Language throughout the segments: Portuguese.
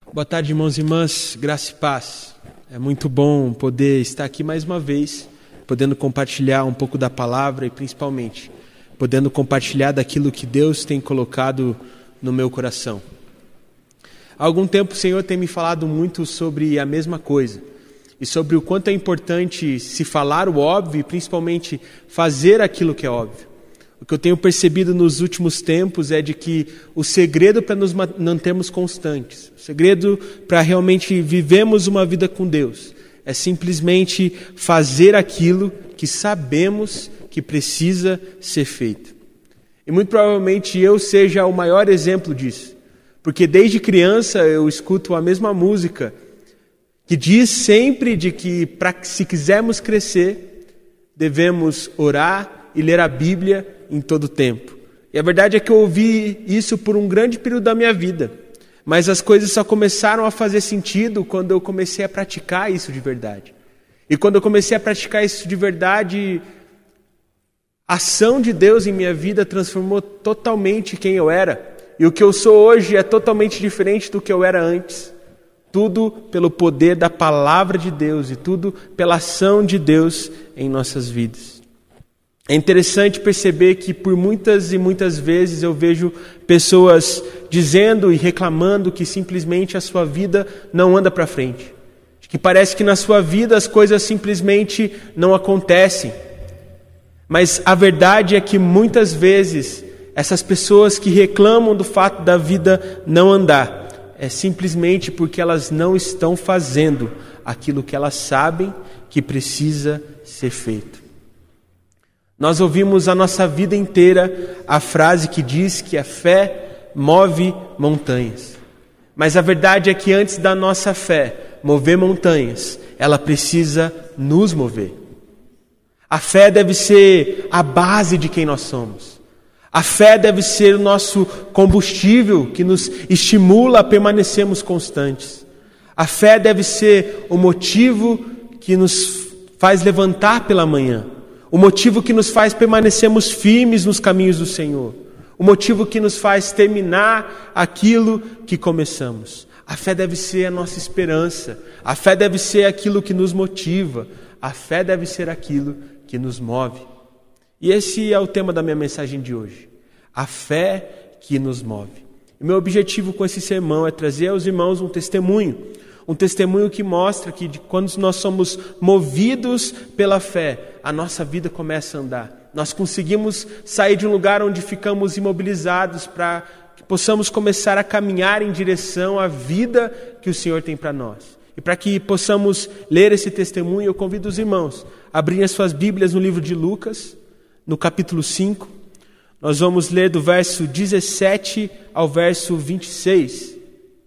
Boa tarde, irmãos e irmãs, graça e paz. É muito bom poder estar aqui mais uma vez, podendo compartilhar um pouco da palavra e principalmente podendo compartilhar daquilo que Deus tem colocado no meu coração. Há algum tempo o Senhor tem me falado muito sobre a mesma coisa e sobre o quanto é importante se falar o óbvio e principalmente fazer aquilo que é óbvio. O que eu tenho percebido nos últimos tempos é de que o segredo para nos mantermos constantes, o segredo para realmente vivermos uma vida com Deus, é simplesmente fazer aquilo que sabemos que precisa ser feito. E muito provavelmente eu seja o maior exemplo disso, porque desde criança eu escuto a mesma música que diz sempre de que se quisermos crescer, devemos orar e ler a Bíblia em todo o tempo. E a verdade é que eu ouvi isso por um grande período da minha vida, mas as coisas só começaram a fazer sentido quando eu comecei a praticar isso de verdade. E quando eu comecei a praticar isso de verdade, a ação de Deus em minha vida transformou totalmente quem eu era. E o que eu sou hoje é totalmente diferente do que eu era antes. Tudo pelo poder da palavra de Deus e tudo pela ação de Deus em nossas vidas. É interessante perceber que por muitas e muitas vezes eu vejo pessoas dizendo e reclamando que simplesmente a sua vida não anda para frente. Que parece que na sua vida as coisas simplesmente não acontecem. Mas a verdade é que muitas vezes essas pessoas que reclamam do fato da vida não andar, é simplesmente porque elas não estão fazendo aquilo que elas sabem que precisa ser feito. Nós ouvimos a nossa vida inteira a frase que diz que a fé move montanhas. Mas a verdade é que antes da nossa fé mover montanhas, ela precisa nos mover. A fé deve ser a base de quem nós somos. A fé deve ser o nosso combustível que nos estimula a permanecermos constantes. A fé deve ser o motivo que nos faz levantar pela manhã. O motivo que nos faz permanecermos firmes nos caminhos do Senhor. O motivo que nos faz terminar aquilo que começamos. A fé deve ser a nossa esperança. A fé deve ser aquilo que nos motiva. A fé deve ser aquilo que nos move. E esse é o tema da minha mensagem de hoje. A fé que nos move. E meu objetivo com esse sermão é trazer aos irmãos um testemunho que mostra que quando nós somos movidos pela fé, a nossa vida começa a andar. Nós conseguimos sair de um lugar onde ficamos imobilizados para que possamos começar a caminhar em direção à vida que o Senhor tem para nós. E para que possamos ler esse testemunho, eu convido os irmãos a abrirem as suas Bíblias no livro de Lucas, no capítulo 5. Nós vamos ler do verso 17 ao verso 26.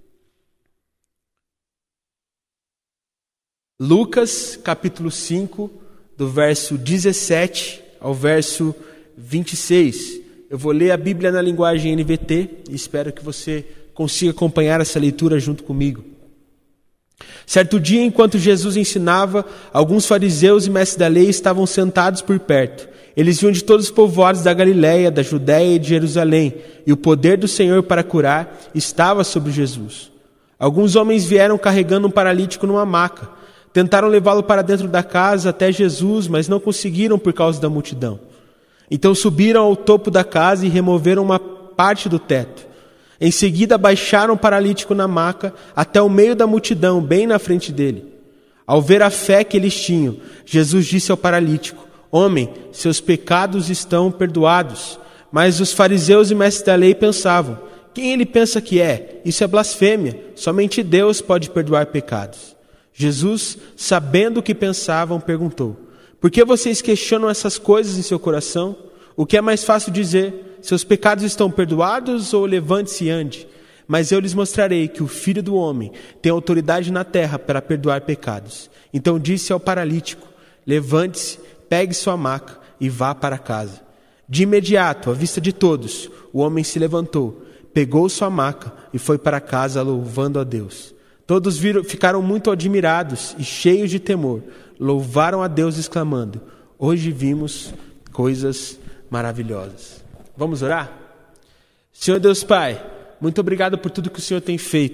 Lucas, capítulo 5, do verso 17 ao verso 26. Eu vou ler a Bíblia na linguagem NVT e espero que você consiga acompanhar essa leitura junto comigo. Certo dia, enquanto Jesus ensinava, alguns fariseus e mestres da lei estavam sentados por perto. Eles vinham de todos os povoados da Galiléia, da Judéia e de Jerusalém, e o poder do Senhor para curar estava sobre Jesus. Alguns homens vieram carregando um paralítico numa maca. Tentaram levá-lo para dentro da casa até Jesus, mas não conseguiram por causa da multidão. Então subiram ao topo da casa e removeram uma parte do teto. Em seguida baixaram o paralítico na maca até o meio da multidão, bem na frente dele. Ao ver a fé que eles tinham, Jesus disse ao paralítico: "Homem, seus pecados estão perdoados." Mas os fariseus e mestres da lei pensavam: "Quem ele pensa que é? Isso é blasfêmia. Somente Deus pode perdoar pecados." Jesus, sabendo o que pensavam, perguntou: "Por que vocês questionam essas coisas em seu coração? O que é mais fácil dizer? Seus pecados estão perdoados ou levante-se e ande? Mas eu lhes mostrarei que o Filho do Homem tem autoridade na terra para perdoar pecados." Então disse ao paralítico: "Levante-se, pegue sua maca e vá para casa." De imediato, à vista de todos, o homem se levantou, pegou sua maca e foi para casa louvando a Deus. Todos ficaram muito admirados e cheios de temor, louvaram a Deus exclamando: "Hoje vimos coisas maravilhosas." Vamos orar? Senhor Deus Pai, muito obrigado por tudo que o Senhor tem feito.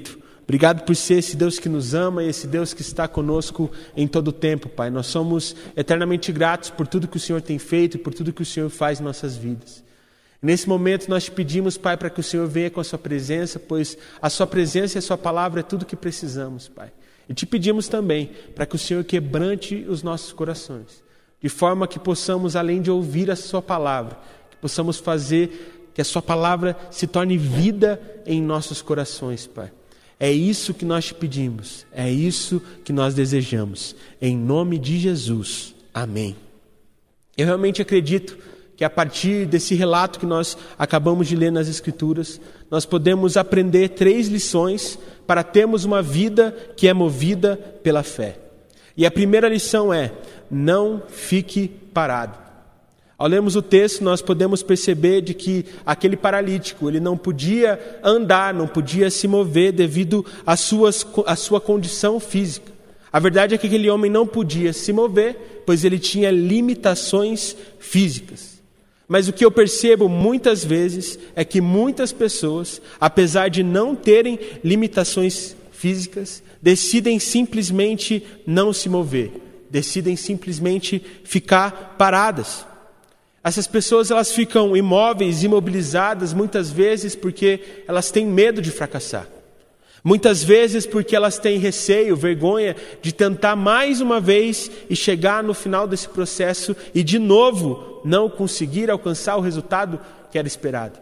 Obrigado por ser esse Deus que nos ama e esse Deus que está conosco em todo o tempo, Pai. Nós somos eternamente gratos por tudo que o Senhor tem feito e por tudo que o Senhor faz em nossas vidas. Nesse momento nós te pedimos, Pai, para que o Senhor venha com a sua presença, pois a sua presença e a sua palavra é tudo que precisamos, Pai. E te pedimos também para que o Senhor quebrante os nossos corações, de forma que possamos, além de ouvir a sua palavra, que possamos fazer que a sua palavra se torne vida em nossos corações, Pai. É isso que nós te pedimos, é isso que nós desejamos. Em nome de Jesus. Amém. Eu realmente acredito que a partir desse relato que nós acabamos de ler nas Escrituras, nós podemos aprender 3 lições para termos uma vida que é movida pela fé. E a primeira lição é: não fique parado. Ao lermos o texto, nós podemos perceber de que aquele paralítico, ele não podia andar, não podia se mover devido à sua condição física. A verdade é que aquele homem não podia se mover, pois ele tinha limitações físicas. Mas o que eu percebo muitas vezes é que muitas pessoas, apesar de não terem limitações físicas, decidem simplesmente não se mover, decidem simplesmente ficar paradas. Essas pessoas, elas ficam imóveis, imobilizadas, muitas vezes porque elas têm medo de fracassar. Muitas vezes porque elas têm receio, vergonha de tentar mais uma vez e chegar no final desse processo e de novo não conseguir alcançar o resultado que era esperado.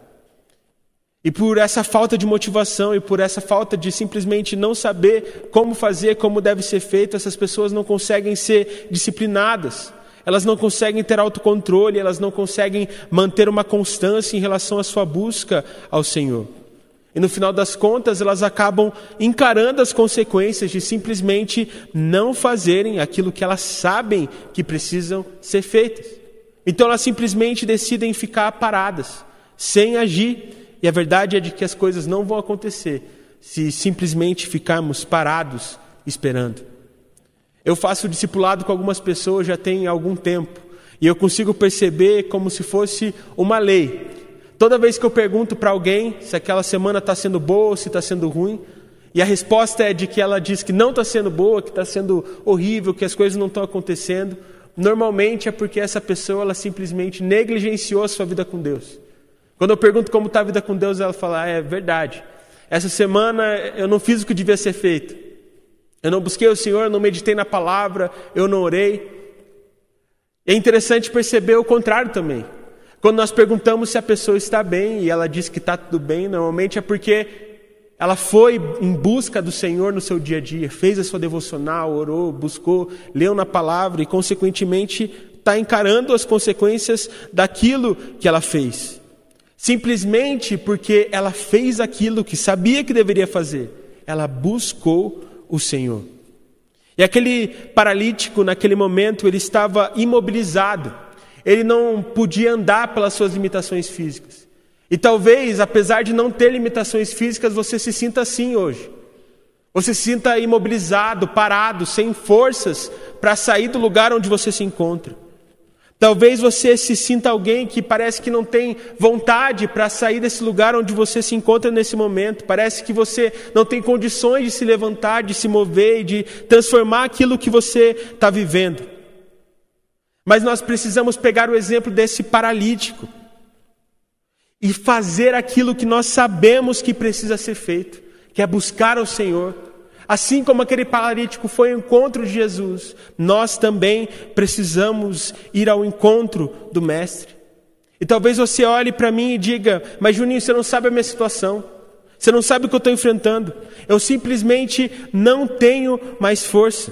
E por essa falta de motivação e por essa falta de simplesmente não saber como fazer, como deve ser feito, essas pessoas não conseguem ser disciplinadas. Elas não conseguem ter autocontrole, elas não conseguem manter uma constância em relação à sua busca ao Senhor. E no final das contas, elas acabam encarando as consequências de simplesmente não fazerem aquilo que elas sabem que precisam ser feitas. Então elas simplesmente decidem ficar paradas, sem agir. E a verdade é de que as coisas não vão acontecer se simplesmente ficarmos parados esperando. Eu faço discipulado com algumas pessoas já tem algum tempo. E eu consigo perceber como se fosse uma lei. Toda vez que eu pergunto para alguém se aquela semana está sendo boa ou se está sendo ruim, e a resposta é de que ela diz que não está sendo boa, que está sendo horrível, que as coisas não estão acontecendo, normalmente é porque essa pessoa ela simplesmente negligenciou a sua vida com Deus. Quando eu pergunto como está a vida com Deus, ela fala: é verdade. Essa semana eu não fiz o que devia ser feito. Eu não busquei o Senhor, eu não meditei na palavra, eu não orei. É interessante perceber o contrário também. Quando nós perguntamos se a pessoa está bem e ela diz que está tudo bem, normalmente é porque ela foi em busca do Senhor no seu dia a dia, fez a sua devocional, orou, buscou, leu na palavra e consequentemente está encarando as consequências daquilo que ela fez. Simplesmente porque ela fez aquilo que sabia que deveria fazer. Ela buscou o Senhor. E aquele paralítico, naquele momento, ele estava imobilizado. Ele não podia andar pelas suas limitações físicas. E talvez, apesar de não ter limitações físicas, você se sinta assim hoje. Você se sinta imobilizado, parado, sem forças para sair do lugar onde você se encontra. Talvez você se sinta alguém que parece que não tem vontade para sair desse lugar onde você se encontra nesse momento. Parece que você não tem condições de se levantar, de se mover e de transformar aquilo que você está vivendo. Mas nós precisamos pegar o exemplo desse paralítico e fazer aquilo que nós sabemos que precisa ser feito, que é buscar ao Senhor. Assim como aquele paralítico foi ao encontro de Jesus, nós também precisamos ir ao encontro do Mestre. E talvez você olhe para mim e diga: mas Juninho, você não sabe a minha situação. Você não sabe o que eu estou enfrentando. Eu simplesmente não tenho mais força.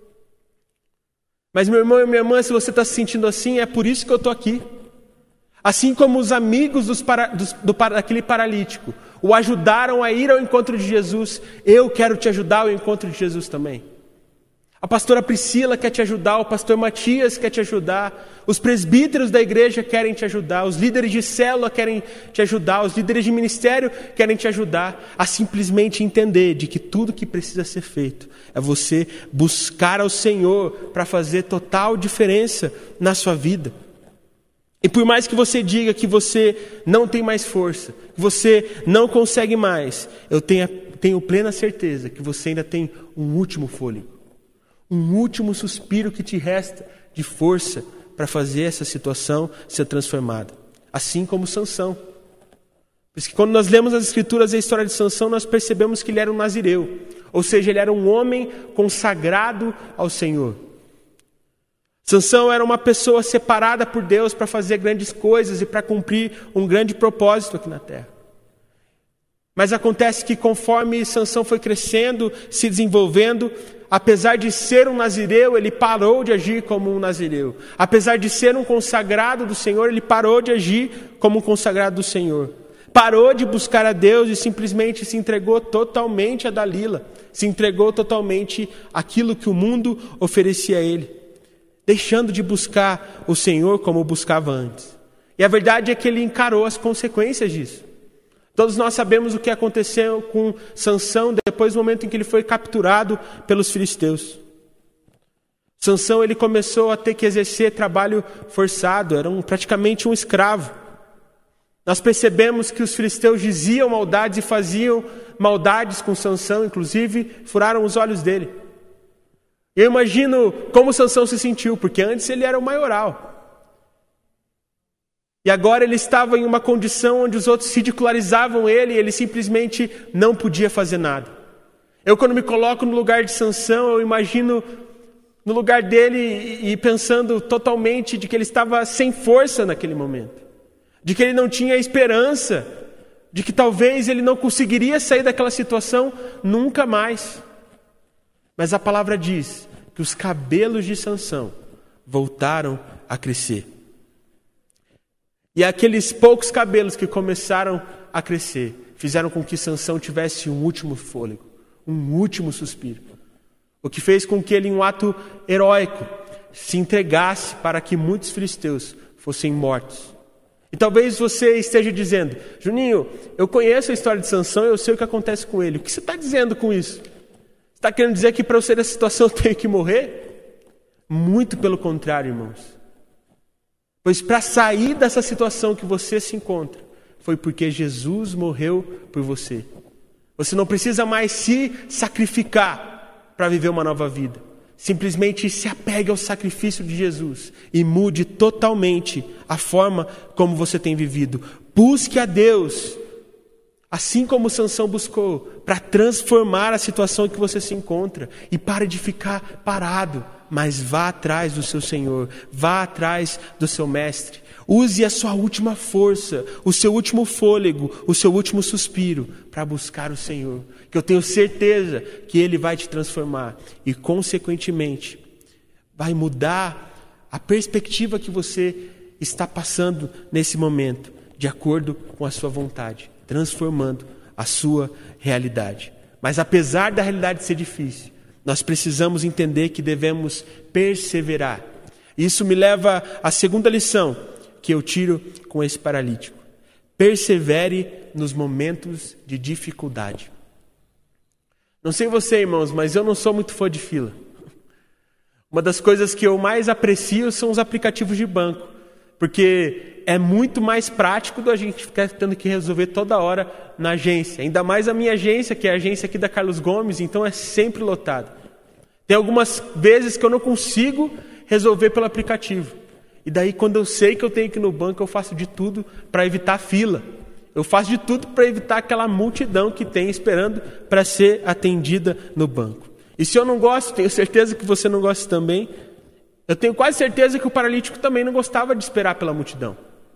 Mas meu irmão e minha irmã, se você está se sentindo assim, é por isso que eu estou aqui. Assim como os amigos daquele paralítico o ajudaram a ir ao encontro de Jesus, eu quero te ajudar ao encontro de Jesus também. A pastora Priscila quer te ajudar, o pastor Matias quer te ajudar, os presbíteros da igreja querem te ajudar, os líderes de célula querem te ajudar, os líderes de ministério querem te ajudar a simplesmente entender de que tudo que precisa ser feito é você buscar ao Senhor para fazer total diferença na sua vida. E por mais que você diga que você não tem mais força, que você não consegue mais, eu tenho tenho plena certeza que você ainda tem um último fôlego, um último suspiro que te resta de força para fazer essa situação ser transformada. Assim como Sansão. Por isso que quando nós lemos as Escrituras e a história de Sansão, nós percebemos que ele era um nazireu. Ou seja, ele era um homem consagrado ao Senhor. Sansão era uma pessoa separada por Deus para fazer grandes coisas e para cumprir um grande propósito aqui na terra. Mas acontece que conforme Sansão foi crescendo, se desenvolvendo, apesar de ser um nazireu, ele parou de agir como um nazireu. Apesar de ser um consagrado do Senhor, ele parou de agir como um consagrado do Senhor. Parou de buscar a Deus e simplesmente se entregou totalmente a Dalila. Se entregou totalmente àquilo que o mundo oferecia a ele, deixando de buscar o Senhor como buscava antes. E a verdade é que ele encarou as consequências disso. Todos nós sabemos o que aconteceu com Sansão depois do momento em que ele foi capturado pelos filisteus. Sansão, ele começou a ter que exercer trabalho forçado, era praticamente um escravo. Nós percebemos que os filisteus diziam maldades e faziam maldades com Sansão, inclusive furaram os olhos dele. Eu imagino como Sansão se sentiu, porque antes ele era o maioral. E agora ele estava em uma condição onde os outros ridicularizavam ele e ele simplesmente não podia fazer nada. Eu, quando me coloco no lugar de Sansão, eu imagino no lugar dele e pensando totalmente de que ele estava sem força naquele momento. De que ele não tinha esperança, de que talvez ele não conseguiria sair daquela situação nunca mais. Mas a palavra diz que os cabelos de Sansão voltaram a crescer. E aqueles poucos cabelos que começaram a crescer fizeram com que Sansão tivesse um último fôlego, um último suspiro. O que fez com que ele, em um ato heróico, se entregasse para que muitos filisteus fossem mortos. E talvez você esteja dizendo: Juninho, eu conheço a história de Sansão e eu sei o que acontece com ele. O que você está dizendo com isso? Você está querendo dizer que para eu sair dessa situação eu tenho que morrer? Muito pelo contrário, irmãos. Pois para sair dessa situação que você se encontra, foi porque Jesus morreu por você. Você não precisa mais se sacrificar para viver uma nova vida. Simplesmente se apegue ao sacrifício de Jesus e mude totalmente a forma como você tem vivido. Busque a Deus, assim como Sansão buscou, para transformar a situação em que você se encontra. E pare de ficar parado, mas vá atrás do seu Senhor, vá atrás do seu Mestre. Use a sua última força, o seu último fôlego, o seu último suspiro para buscar o Senhor. Que eu tenho certeza que Ele vai te transformar e, consequentemente, vai mudar a perspectiva que você está passando nesse momento, de acordo com a sua vontade, transformando a sua realidade. Mas apesar da realidade ser difícil, nós precisamos entender que devemos perseverar. Isso me leva à segunda lição que eu tiro com esse paralítico. Persevere nos momentos de dificuldade. Não sei você, irmãos, mas eu não sou muito fã de fila. Uma das coisas que eu mais aprecio são os aplicativos de banco, porque é muito mais prático do a gente ficar tendo que resolver toda hora na agência. Ainda mais a minha agência, que é a agência aqui da Carlos Gomes, então é sempre lotado. Tem algumas vezes que eu não consigo resolver pelo aplicativo. E daí, quando eu sei que eu tenho que ir no banco, eu faço de tudo para evitar fila. Eu faço de tudo para evitar aquela multidão que tem esperando para ser atendida no banco. E se eu não gosto, tenho certeza que você não gosta também, eu tenho quase certeza que o paralítico também não gostava de esperar pela multidão.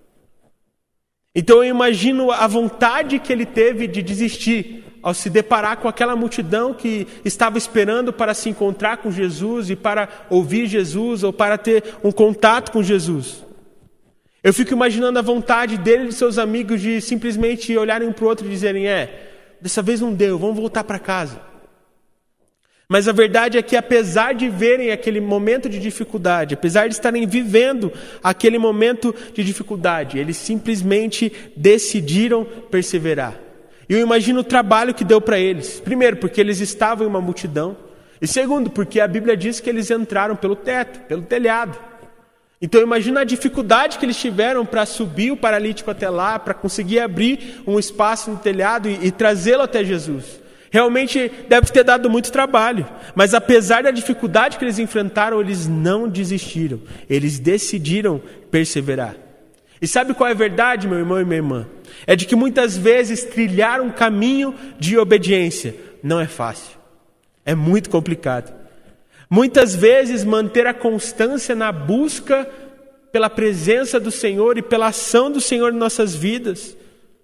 Então eu imagino a vontade que ele teve de desistir ao se deparar com aquela multidão que estava esperando para se encontrar com Jesus e para ouvir Jesus ou para ter um contato com Jesus. Eu fico imaginando a vontade dele e de seus amigos de simplesmente olharem um para o outro e dizerem: dessa vez não deu, vamos voltar para casa. Mas a verdade é que, apesar de verem aquele momento de dificuldade, apesar de estarem vivendo aquele momento de dificuldade, eles simplesmente decidiram perseverar. E eu imagino o trabalho que deu para eles. Primeiro, porque eles estavam em uma multidão. E segundo, porque a Bíblia diz que eles entraram pelo teto, pelo telhado. Então imagina a dificuldade que eles tiveram para subir o paralítico até lá, para conseguir abrir um espaço no telhado e trazê-lo até Jesus. Realmente deve ter dado muito trabalho, mas apesar da dificuldade que eles enfrentaram, eles não desistiram. Eles decidiram perseverar. E sabe qual é a verdade, meu irmão e minha irmã? É de que muitas vezes trilhar um caminho de obediência não é fácil. É muito complicado. Muitas vezes manter a constância na busca pela presença do Senhor e pela ação do Senhor em nossas vidas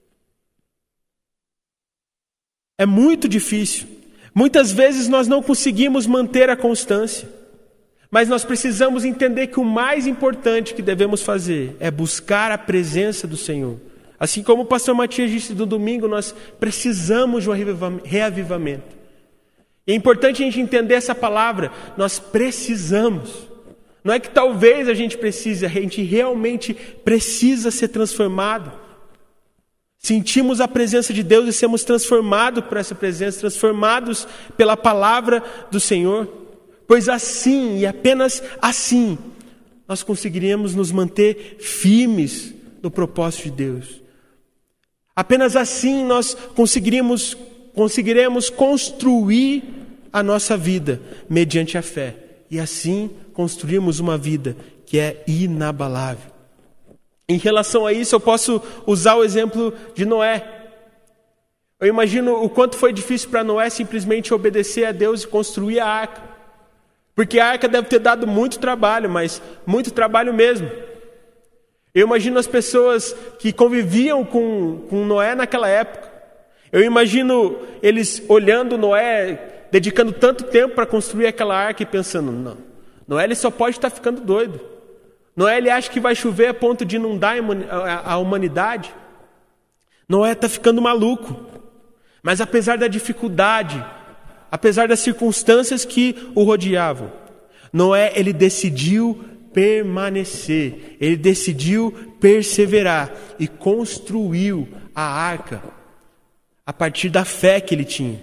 é muito difícil. Muitas vezes nós não conseguimos manter a constância. Mas nós precisamos entender que o mais importante que devemos fazer é buscar a presença do Senhor. Assim como o pastor Matias disse no domingo, nós precisamos de um reavivamento. E é importante a gente entender essa palavra, nós precisamos. Não é que talvez a gente precise, a gente realmente precisa ser transformado. Sentimos a presença de Deus e sermos transformados por essa presença, transformados pela palavra do Senhor. Pois assim, e apenas assim, nós conseguiríamos nos manter firmes no propósito de Deus. Apenas assim nós conseguiremos construir a nossa vida mediante a fé. E assim construirmos uma vida que é inabalável. Em relação a isso, eu posso usar o exemplo de Noé. Eu imagino o quanto foi difícil para Noé simplesmente obedecer a Deus e construir a arca. Porque a arca deve ter dado muito trabalho, mas muito trabalho mesmo. Eu imagino as pessoas que conviviam com Noé naquela época. Eu imagino eles olhando Noé, dedicando tanto tempo para construir aquela arca e pensando, não, Noé ele só pode estar ficando doido. Noé ele acha que vai chover a ponto de inundar a humanidade. Noé está ficando maluco. Mas apesar da dificuldade, apesar das circunstâncias que o rodeavam, Noé ele decidiu permanecer, ele decidiu perseverar e construiu a arca a partir da fé que ele tinha.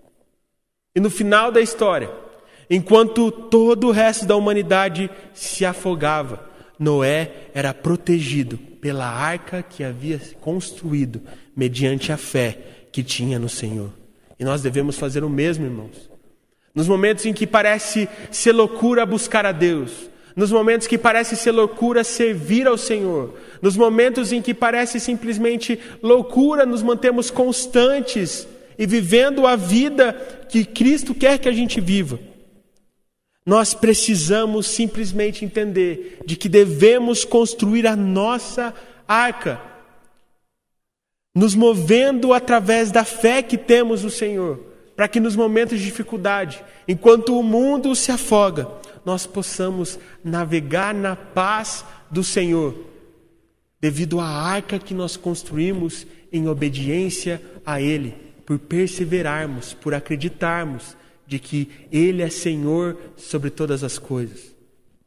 E no final da história, enquanto todo o resto da humanidade se afogava, Noé era protegido pela arca que havia construído mediante a fé que tinha no Senhor. E nós devemos fazer o mesmo, irmãos. Nos momentos em que parece ser loucura buscar a Deus, nos momentos que parece ser loucura servir ao Senhor, nos momentos em que parece simplesmente loucura nos mantermos constantes e vivendo a vida que Cristo quer que a gente viva, nós precisamos simplesmente entender de que devemos construir a nossa arca, nos movendo através da fé que temos no Senhor, para que nos momentos de dificuldade, enquanto o mundo se afoga, nós possamos navegar na paz do Senhor, devido à arca que nós construímos em obediência a Ele, por perseverarmos, por acreditarmos de que Ele é Senhor sobre todas as coisas.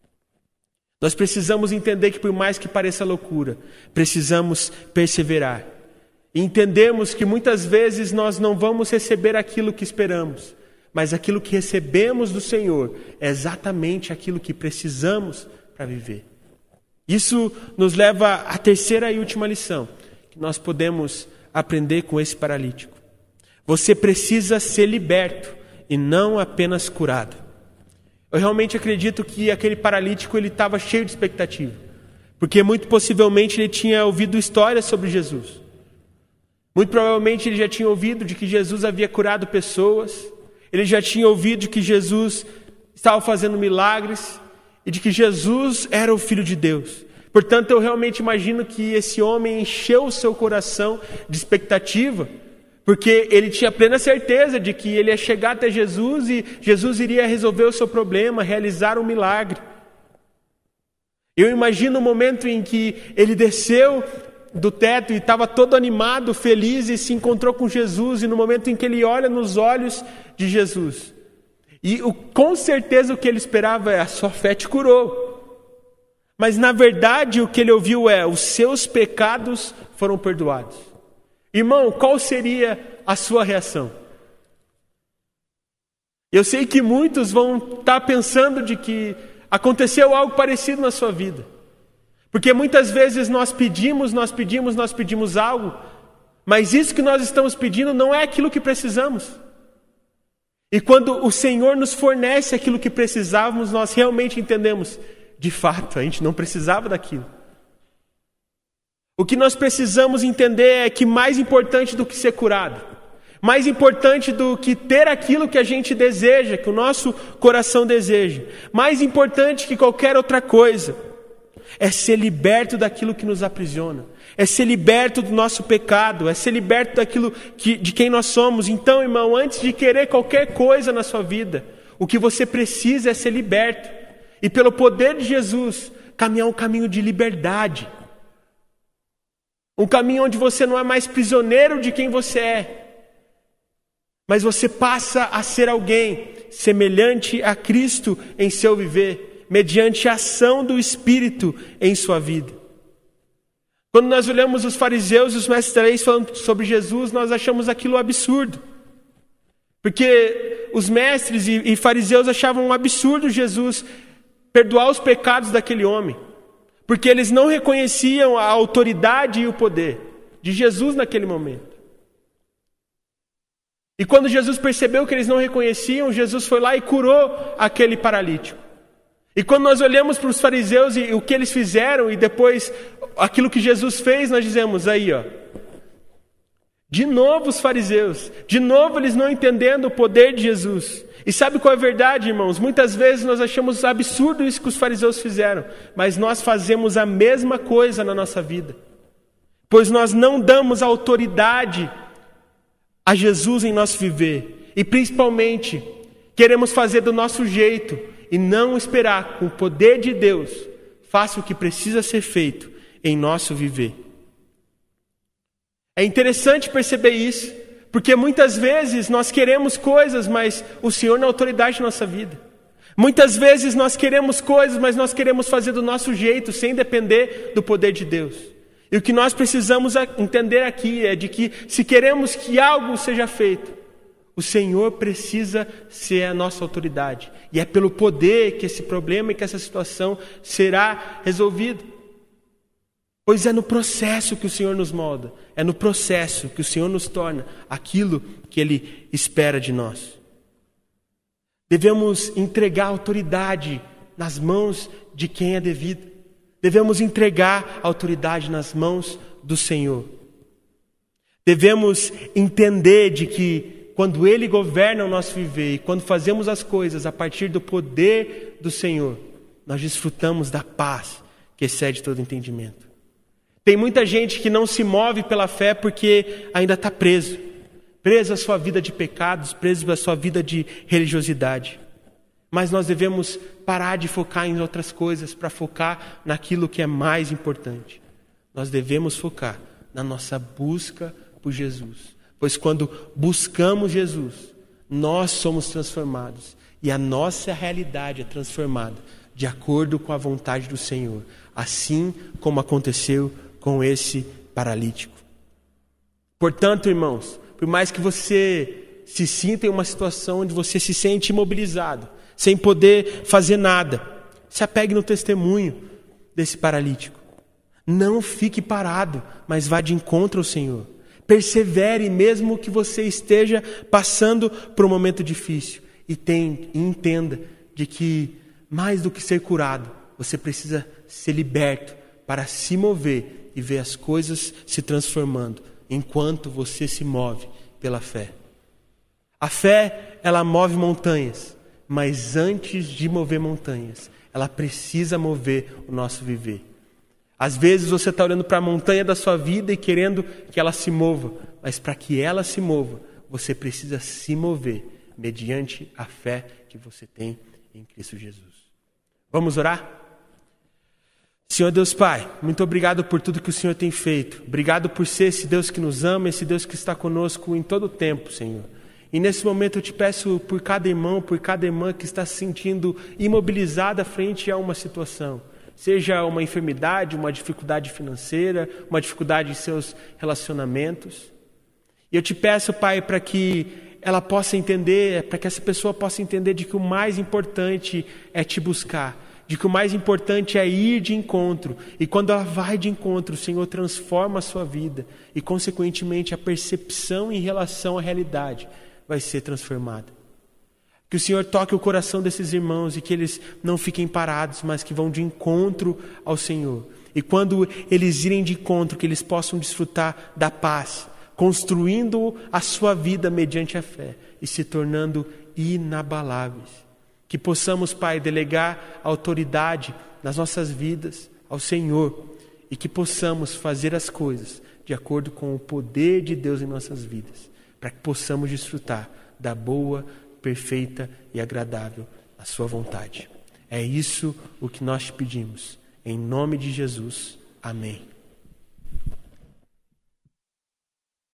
Nós precisamos entender que por mais que pareça loucura, precisamos perseverar. E entendemos que muitas vezes nós não vamos receber aquilo que esperamos, mas aquilo que recebemos do Senhor é exatamente aquilo que precisamos para viver. Isso nos leva à terceira e última lição que nós podemos aprender com esse paralítico. Você precisa ser liberto e não apenas curado. Eu realmente acredito que aquele paralítico ele estava cheio de expectativa, porque muito possivelmente ele tinha ouvido histórias sobre Jesus. Muito provavelmente ele já tinha ouvido de que Jesus havia curado pessoas, ele já tinha ouvido de que Jesus estava fazendo milagres e de que Jesus era o Filho de Deus. Portanto, eu realmente imagino que esse homem encheu o seu coração de expectativa, porque ele tinha plena certeza de que ele ia chegar até Jesus e Jesus iria resolver o seu problema, realizar um milagre. Eu imagino o momento em que ele desceu do teto e estava todo animado, feliz e se encontrou com Jesus, e no momento em que ele olha nos olhos de Jesus, e com certeza o que ele esperava é: a sua fé te curou. Mas na verdade o que ele ouviu é: os seus pecados foram perdoados. Irmão, qual seria a sua reação? Eu sei que muitos vão estar pensando de que aconteceu algo parecido na sua vida. Porque muitas vezes nós pedimos algo, mas isso que nós estamos pedindo não é aquilo que precisamos. E quando o Senhor nos fornece aquilo que precisávamos, nós realmente entendemos, de fato, a gente não precisava daquilo. O que nós precisamos entender é que mais importante do que ser curado, mais importante do que ter aquilo que a gente deseja, que o nosso coração deseja, mais importante que qualquer outra coisa, é ser liberto daquilo que nos aprisiona, é ser liberto do nosso pecado, é ser liberto daquilo de quem nós somos. Então, irmão, antes de querer qualquer coisa na sua vida, o que você precisa é ser liberto. E pelo poder de Jesus, caminhar um caminho de liberdade. Um caminho onde você não é mais prisioneiro de quem você é, mas você passa a ser alguém semelhante a Cristo em seu viver, mediante a ação do Espírito em sua vida. Quando nós olhamos os fariseus e os mestres da lei falando sobre Jesus, nós achamos aquilo absurdo. Porque os mestres e fariseus achavam um absurdo Jesus perdoar os pecados daquele homem. Porque eles não reconheciam a autoridade e o poder de Jesus naquele momento. E quando Jesus percebeu que eles não reconheciam, Jesus foi lá e curou aquele paralítico. E quando nós olhamos para os fariseus e o que eles fizeram, e depois aquilo que Jesus fez, nós dizemos aí, ó. De novo os fariseus, de novo eles não entendendo o poder de Jesus. E sabe qual é a verdade, irmãos? Muitas vezes nós achamos absurdo isso que os fariseus fizeram, mas nós fazemos a mesma coisa na nossa vida. Pois nós não damos autoridade a Jesus em nosso viver. E principalmente, queremos fazer do nosso jeito e não esperar que o poder de Deus faça o que precisa ser feito em nosso viver. É interessante perceber isso, porque muitas vezes nós queremos coisas, mas o Senhor não é autoridade na nossa vida. Muitas vezes nós queremos coisas, mas nós queremos fazer do nosso jeito, sem depender do poder de Deus. E o que nós precisamos entender aqui é de que se queremos que algo seja feito, o Senhor precisa ser a nossa autoridade. E é pelo poder que esse problema e que essa situação será resolvido. Pois é no processo que o Senhor nos molda, é no processo que o Senhor nos torna aquilo que Ele espera de nós. Devemos entregar a autoridade nas mãos de quem é devido. Devemos entregar a autoridade nas mãos do Senhor. Devemos entender de que quando Ele governa o nosso viver e quando fazemos as coisas a partir do poder do Senhor, nós desfrutamos da paz que excede todo entendimento. Tem muita gente que não se move pela fé porque ainda está preso à sua vida de pecados, preso à sua vida de religiosidade. Mas nós devemos parar de focar em outras coisas para focar naquilo que é mais importante. Nós devemos focar na nossa busca por Jesus. Pois quando buscamos Jesus, nós somos transformados. E a nossa realidade é transformada de acordo com a vontade do Senhor. Assim como aconteceu com esse paralítico. Portanto, irmãos, por mais que você se sinta em uma situação onde você se sente imobilizado, sem poder fazer nada, se apegue no testemunho desse paralítico. Não fique parado, mas vá de encontro ao Senhor. Persevere mesmo que você esteja passando por um momento difícil. E entenda de que, mais do que ser curado, você precisa ser liberto para se mover e ver as coisas se transformando enquanto você se move pela fé. A fé, ela move montanhas, mas antes de mover montanhas, ela precisa mover o nosso viver. Às vezes você está olhando para a montanha da sua vida e querendo que ela se mova, mas para que ela se mova, você precisa se mover mediante a fé que você tem em Cristo Jesus. Vamos orar? Senhor Deus Pai, muito obrigado por tudo que o Senhor tem feito. Obrigado por ser esse Deus que nos ama, esse Deus que está conosco em todo o tempo, Senhor. E nesse momento eu te peço por cada irmão, por cada irmã que está se sentindo imobilizada frente a uma situação. Seja uma enfermidade, uma dificuldade financeira, uma dificuldade em seus relacionamentos. E eu te peço, Pai, para que ela possa entender, para que essa pessoa possa entender de que o mais importante é te buscar. De que o mais importante é ir de encontro. E quando ela vai de encontro, o Senhor transforma a sua vida. E, consequentemente, a percepção em relação à realidade vai ser transformada. Que o Senhor toque o coração desses irmãos e que eles não fiquem parados, mas que vão de encontro ao Senhor. E quando eles irem de encontro, que eles possam desfrutar da paz, construindo a sua vida mediante a fé e se tornando inabaláveis. Que possamos, Pai, delegar a autoridade nas nossas vidas ao Senhor e que possamos fazer as coisas de acordo com o poder de Deus em nossas vidas, para que possamos desfrutar da boa, perfeita e agradável a sua vontade. É isso o que nós te pedimos. Em nome de Jesus. Amém.